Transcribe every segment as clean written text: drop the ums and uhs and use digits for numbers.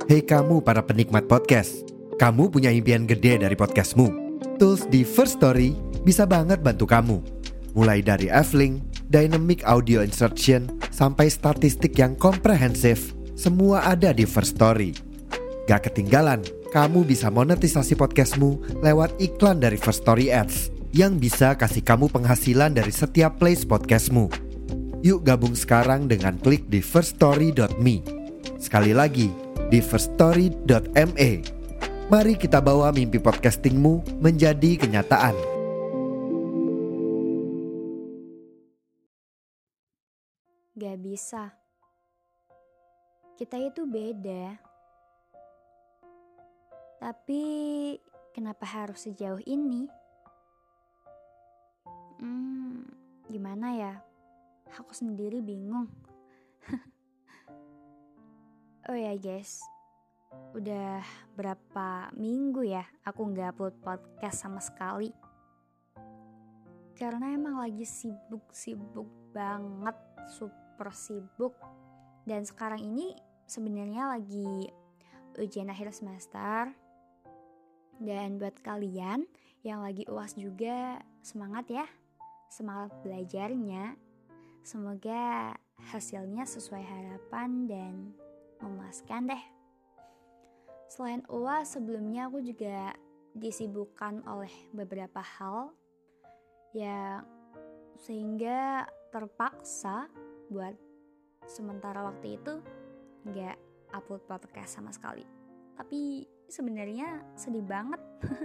Hei kamu para penikmat podcast, kamu punya impian gede dari podcastmu. Tools di First Story bisa banget bantu kamu. Mulai dari F-Link, Dynamic Audio Insertion, sampai statistik yang komprehensif, semua ada di First Story. Gak ketinggalan, kamu bisa monetisasi podcastmu lewat iklan dari First Story Ads yang bisa kasih kamu penghasilan dari setiap plays podcastmu. Yuk gabung sekarang dengan klik di firststory.me. Sekali lagi, di firststory.me. Mari kita bawa mimpi podcastingmu menjadi kenyataan. Gak bisa. Kita itu beda. Tapi kenapa harus sejauh ini? Gimana ya? Aku sendiri bingung. Oh ya guys, udah berapa minggu ya aku gak upload podcast sama sekali. Karena emang lagi sibuk banget, super sibuk. Dan sekarang ini sebenarnya lagi ujian akhir semester. Dan buat kalian yang lagi UAS juga, semangat ya. Semangat belajarnya. Semoga hasilnya sesuai harapan dan memuaskan deh. Selain UAS, sebelumnya aku juga disibukkan oleh beberapa hal ya, sehingga terpaksa buat sementara waktu itu gak upload podcast sama sekali. Tapi sebenarnya sedih banget.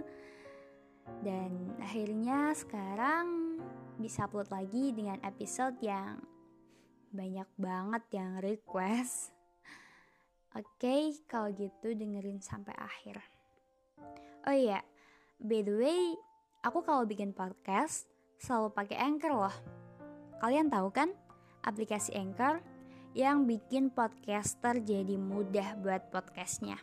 Dan akhirnya sekarang bisa upload lagi dengan episode yang banyak banget yang request. Oke, kalau gitu dengerin sampai akhir. Oh iya, by the way, aku kalau bikin podcast selalu pakai Anchor loh. Kalian tahu kan aplikasi Anchor yang bikin podcaster jadi mudah buat podcastnya.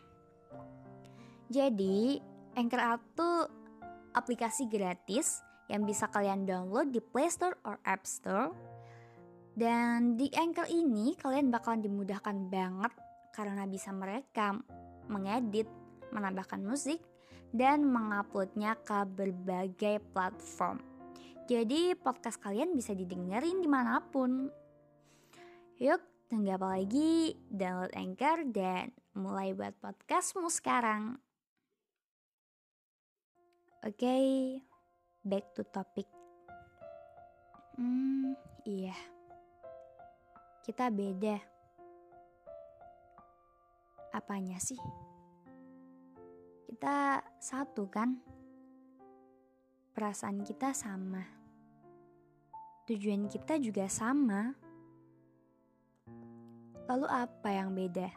Jadi Anchor itu aplikasi gratis yang bisa kalian download di Play Store or App Store. Dan di Anchor ini kalian bakalan dimudahkan banget karena bisa merekam, mengedit, menambahkan musik, dan menguploadnya ke berbagai platform. Jadi podcast kalian bisa didengerin dimanapun. Yuk, tunggu apa lagi? Download Anchor dan mulai buat podcastmu sekarang. Oke, back to topic. Iya, kita beda. Apanya sih? Kita satu kan? Perasaan kita sama. Tujuan kita juga sama. Lalu apa yang beda?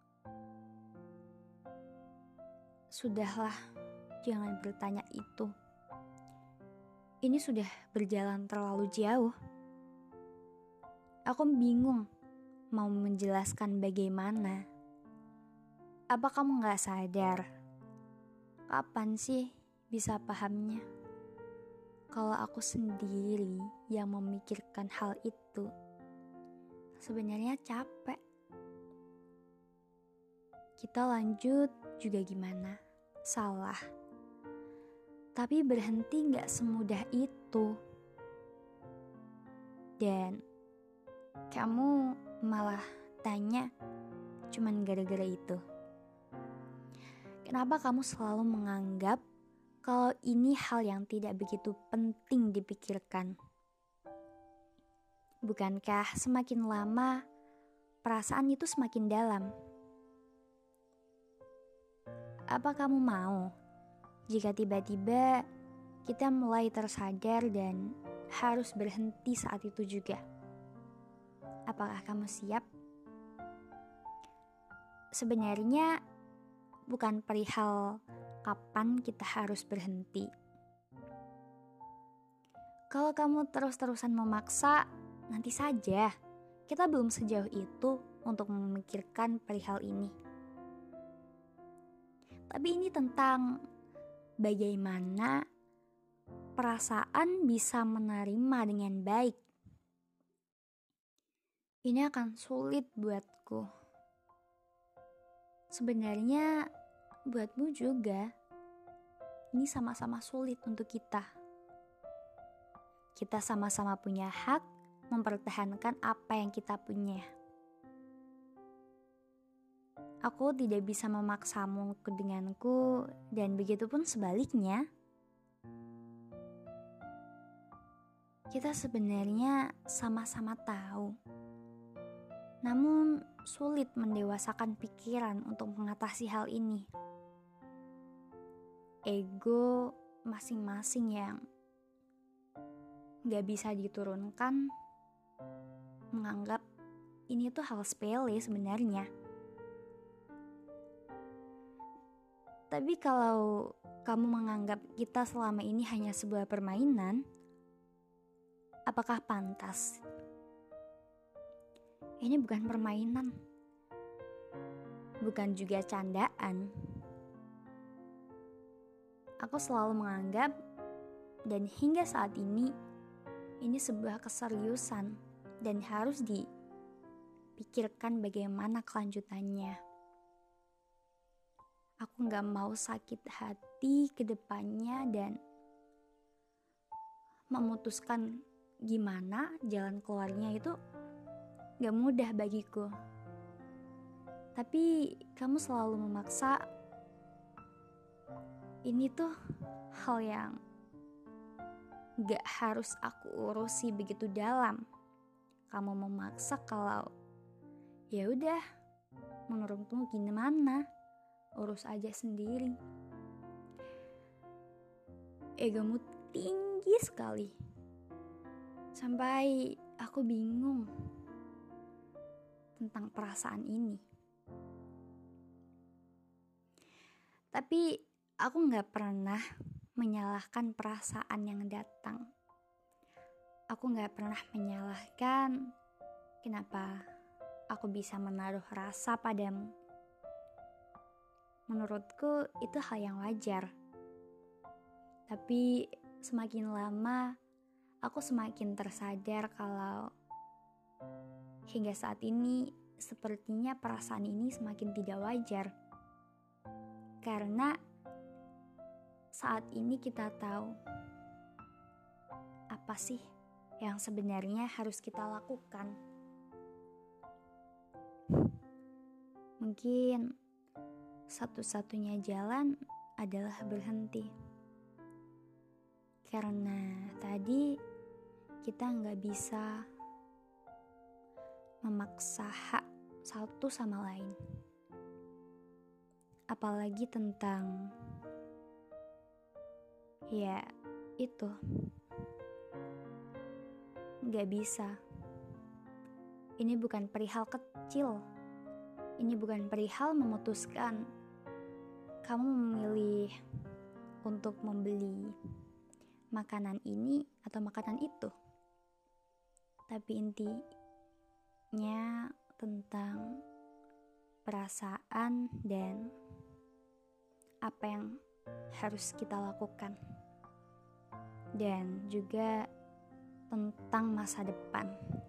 Sudahlah, jangan bertanya itu. Ini sudah berjalan terlalu jauh. Aku bingung mau menjelaskan bagaimana. Apa kamu gak sadar? Kapan sih bisa pahamnya? Kalau aku sendiri yang memikirkan hal itu, sebenarnya capek. Kita lanjut juga gimana? Salah. Tapi berhenti gak semudah itu. Dan kamu malah tanya cuman gara-gara itu. Kenapa kamu selalu menganggap kalau ini hal yang tidak begitu penting dipikirkan? Bukankah semakin lama perasaan itu semakin dalam? Apa kamu mau jika tiba-tiba kita mulai tersadar dan harus berhenti saat itu juga? Apakah kamu siap? Sebenarnya bukan perihal kapan kita harus berhenti. Kalau kamu terus-terusan memaksa, nanti saja. Kita belum sejauh itu untuk memikirkan perihal ini. Tapi ini tentang bagaimana perasaan bisa menerima dengan baik. Ini akan sulit buatku. sebenarnya buatmu juga. Ini sama-sama sulit untuk kita. Kita sama-sama punya hak mempertahankan apa yang kita punya. Aku tidak bisa memaksamu ke denganku, dan begitupun sebaliknya. Kita sebenarnya sama-sama tahu, namun sulit mendewasakan pikiran untuk mengatasi hal ini. Ego masing-masing yang gak bisa diturunkan, menganggap ini tuh hal sepele sebenarnya. Tapi kalau kamu menganggap kita selama ini hanya sebuah permainan, apakah pantas? Ini bukan permainan, bukan juga candaan. Aku selalu menganggap, dan hingga saat ini sebuah keseriusan dan harus dipikirkan bagaimana kelanjutannya. Aku gak mau sakit hati ke depannya dan memutuskan gimana jalan keluarnya itu gak mudah bagiku. Tapi kamu selalu memaksa. Ini tuh hal yang gak harus aku urusi begitu dalam. Kamu memaksa kalau ya udah, menurutmu gimana? Urus aja sendiri. Egomu tinggi sekali. Sampai aku bingung tentang perasaan ini. Tapi aku gak pernah menyalahkan perasaan yang datang. Aku gak pernah menyalahkan kenapa aku bisa menaruh rasa padamu. Menurutku itu hal yang wajar. Tapi semakin lama aku semakin tersadar kalau hingga saat ini sepertinya perasaan ini semakin tidak wajar. Karena saat ini kita tahu apa sih yang sebenarnya harus kita lakukan. Mungkin satu-satunya jalan adalah berhenti. Karena tadi kita nggak bisa memaksa hak satu sama lain. Apalagi tentang ya itu. Nggak bisa. Ini bukan perihal kecil. Ini bukan perihal memutuskan kamu memilih untuk membeli makanan ini atau makanan itu. Tapi intinya tentang perasaan dan apa yang harus kita lakukan. Dan juga tentang masa depan.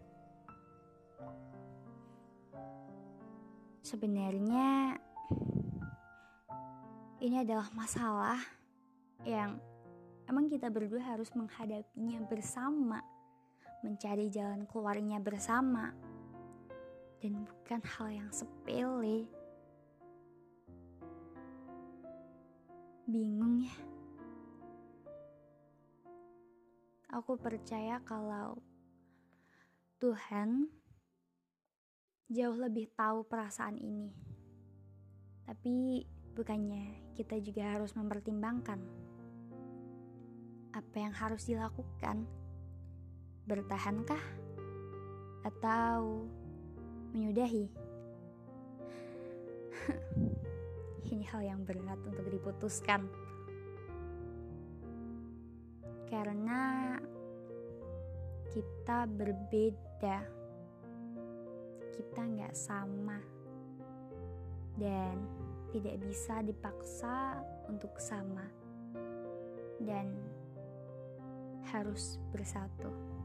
Sebenarnya ini adalah masalah yang emang kita berdua harus menghadapinya bersama, mencari jalan keluarnya bersama, dan bukan hal yang sepele. Bingung ya? Aku percaya kalau Tuhan jauh lebih tahu perasaan ini. Tapi bukannya kita juga harus mempertimbangkan apa yang harus dilakukan? Bertahankah? Atau menyudahi? Ini hal yang berat untuk diputuskan. Karena kita berbeda. Kita gak sama. Dan tidak bisa dipaksa untuk sama. Dan harus bersatu.